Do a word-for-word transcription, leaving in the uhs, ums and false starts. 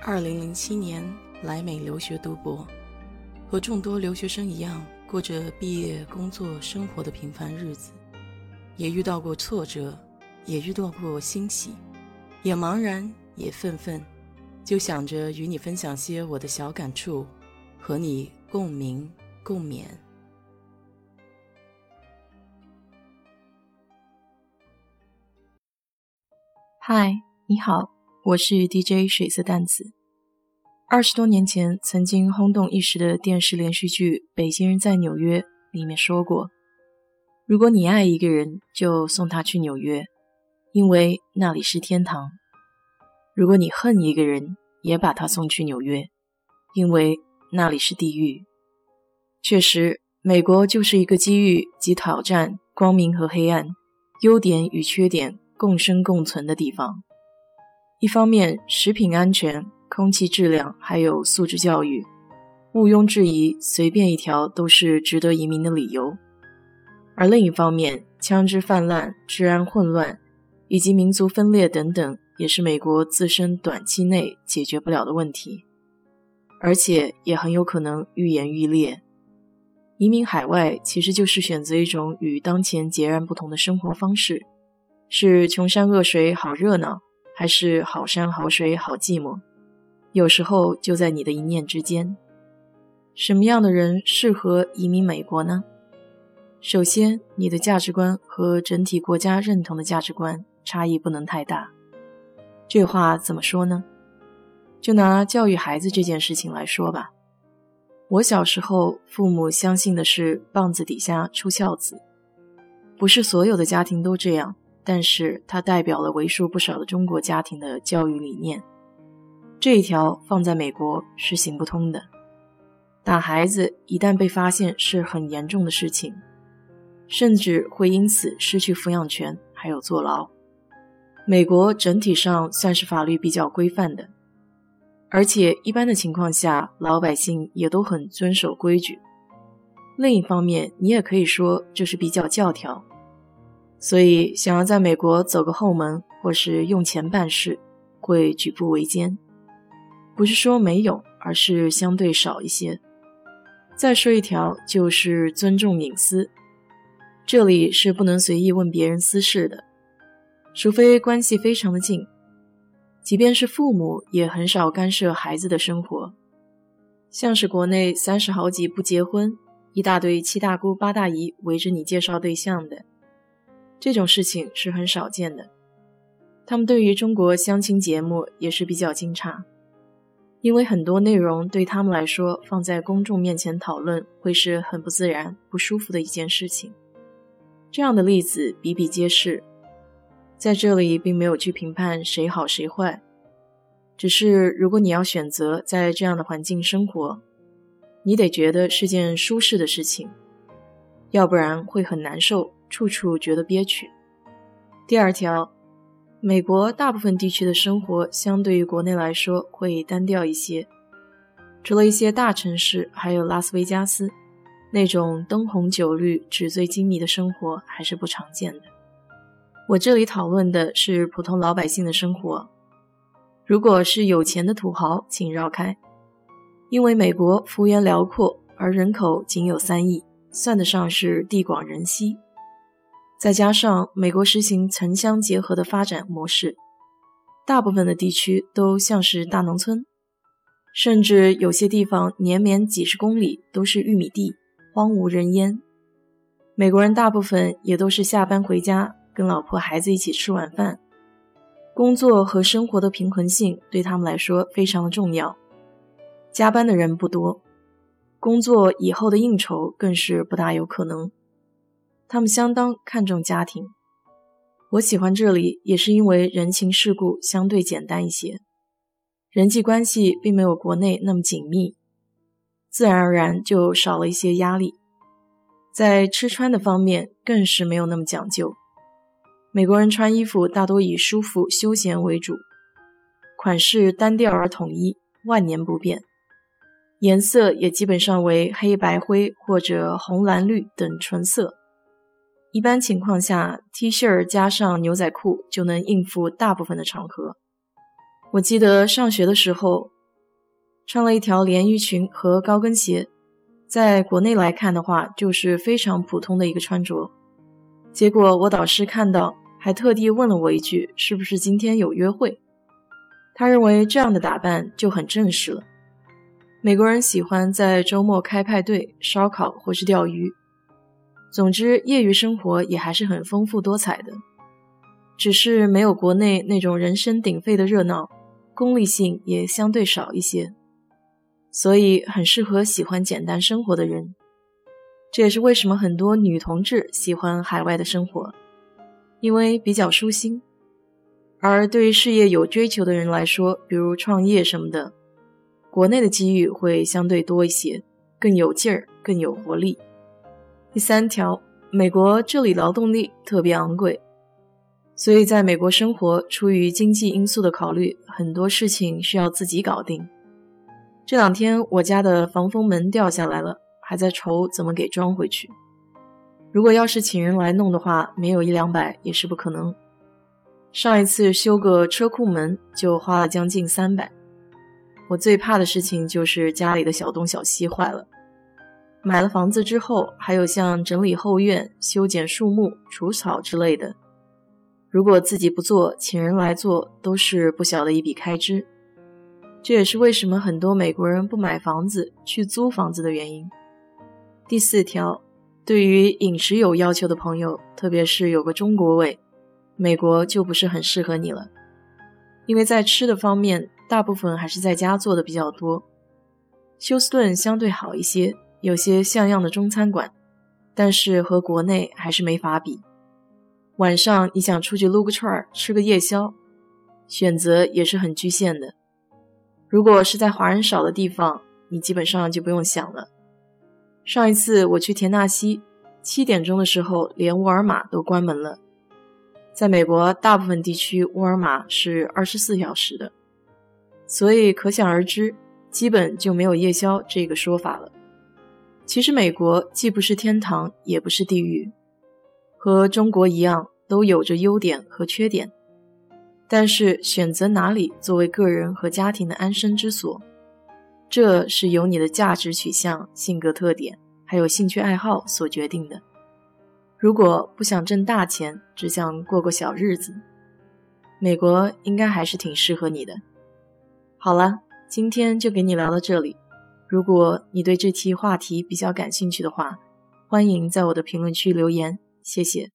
二零零七年来美留学读博，和众多留学生一样，过着毕业、工作、生活的平凡日子，也遇到过挫折，也遇到过欣喜，也茫然，也愤愤，就想着与你分享些我的小感触，和你共鸣共勉。 嗨，你好，我是 D J 水色淡紫。二十多年前曾经轰动一时的电视连续剧《北京人在纽约》里面说过，如果你爱一个人，就送他去纽约，因为那里是天堂；如果你恨一个人，也把他送去纽约，因为那里是地狱。确实，美国就是一个机遇及挑战、光明和黑暗、优点与缺点共生共存的地方。一方面，食品安全、空气质量还有素质教育，毋庸置疑，随便一条都是值得移民的理由。而另一方面，枪支泛滥、治安混乱以及民族分裂等等，也是美国自身短期内解决不了的问题，而且也很有可能愈演愈烈。移民海外其实就是选择一种与当前截然不同的生活方式，是穷山恶水好热闹，还是好山好水好寂寞？有时候就在你的一念之间。什么样的人适合移民美国呢？首先，你的价值观和整体国家认同的价值观差异不能太大。这话怎么说呢？就拿教育孩子这件事情来说吧。我小时候，父母相信的是棒子底下出孝子。不是所有的家庭都这样，但是它代表了为数不少的中国家庭的教育理念。这一条放在美国是行不通的。打孩子一旦被发现是很严重的事情，甚至会因此失去抚养权，还有坐牢。美国整体上算是法律比较规范的，而且一般的情况下，老百姓也都很遵守规矩。另一方面，你也可以说这是比较教条。所以想要在美国走个后门，或是用钱办事，会举步维艰。不是说没有，而是相对少一些。再说一条，就是尊重隐私。这里是不能随意问别人私事的，除非关系非常的近。即便是父母，也很少干涉孩子的生活。像是国内三十好几不结婚，一大堆七大姑八大姨围着你介绍对象的，这种事情是很少见的。他们对于中国相亲节目也是比较惊诧，因为很多内容对他们来说放在公众面前讨论会是很不自然、不舒服的一件事情。这样的例子比比皆是，在这里并没有去评判谁好谁坏，只是如果你要选择在这样的环境生活，你得觉得是件舒适的事情，要不然会很难受，处处觉得憋屈。第二条，美国大部分地区的生活相对于国内来说会单调一些，除了一些大城市，还有拉斯维加斯，那种灯红酒绿、纸醉金迷的生活还是不常见的。我这里讨论的是普通老百姓的生活，如果是有钱的土豪，请绕开。因为美国幅员辽阔，而人口仅有三亿，算得上是地广人稀。再加上美国实行城乡结合的发展模式，大部分的地区都像是大农村，甚至有些地方连绵几十公里都是玉米地，荒无人烟。美国人大部分也都是下班回家，跟老婆孩子一起吃晚饭。工作和生活的平衡性对他们来说非常的重要，加班的人不多，工作以后的应酬更是不大有可能。他们相当看重家庭。我喜欢这里也是因为人情世故相对简单一些，人际关系并没有国内那么紧密，自然而然就少了一些压力。在吃穿的方面更是没有那么讲究，美国人穿衣服大多以舒服休闲为主，款式单调而统一，万年不变，颜色也基本上为黑白灰或者红蓝绿等纯色。一般情况下 T 恤加上牛仔裤就能应付大部分的场合。我记得上学的时候， 穿了一条连衣裙和高跟鞋，在国内来看的话就是非常普通的一个穿着。结果我导师看到还特地问了我一句，是不是今天有约会。他认为这样的打扮就很正式了。美国人喜欢在周末开派对、烧烤或是钓鱼，总之业余生活也还是很丰富多彩的，只是没有国内那种人声鼎沸的热闹，功利性也相对少一些，所以很适合喜欢简单生活的人。这也是为什么很多女同志喜欢海外的生活，因为比较舒心。而对于事业有追求的人来说，比如创业什么的，国内的机遇会相对多一些，更有劲儿，更有活力。第三条，美国这里劳动力特别昂贵，所以在美国生活，出于经济因素的考虑，很多事情需要自己搞定。这两天我家的防风门掉下来了，还在愁怎么给装回去。如果要是请人来弄的话，没有一两百也是不可能。上一次修个车库门就花了将近三百。我最怕的事情就是家里的小东小西坏了。买了房子之后，还有像整理后院、修剪树木、除草之类的。如果自己不做，请人来做，都是不小的一笔开支。这也是为什么很多美国人不买房子，去租房子的原因。第四条，对于饮食有要求的朋友，特别是有个中国胃，美国就不是很适合你了。因为在吃的方面，大部分还是在家做的比较多。休斯顿相对好一些，有些像样的中餐馆，但是和国内还是没法比。晚上你想出去撸个串吃个夜宵，选择也是很局限的。如果是在华人少的地方，你基本上就不用想了。上一次我去田纳西，七点钟的时候连沃尔玛都关门了。在美国大部分地区沃尔玛是二十四小时的，所以可想而知，基本就没有夜宵这个说法了。其实美国既不是天堂，也不是地狱，和中国一样都有着优点和缺点，但是选择哪里作为个人和家庭的安身之所，这是由你的价值取向、性格特点还有兴趣爱好所决定的。如果不想挣大钱，只想过过小日子，美国应该还是挺适合你的。好了，今天就给你聊到这里。如果你对这期话题比较感兴趣的话，欢迎在我的评论区留言，谢谢。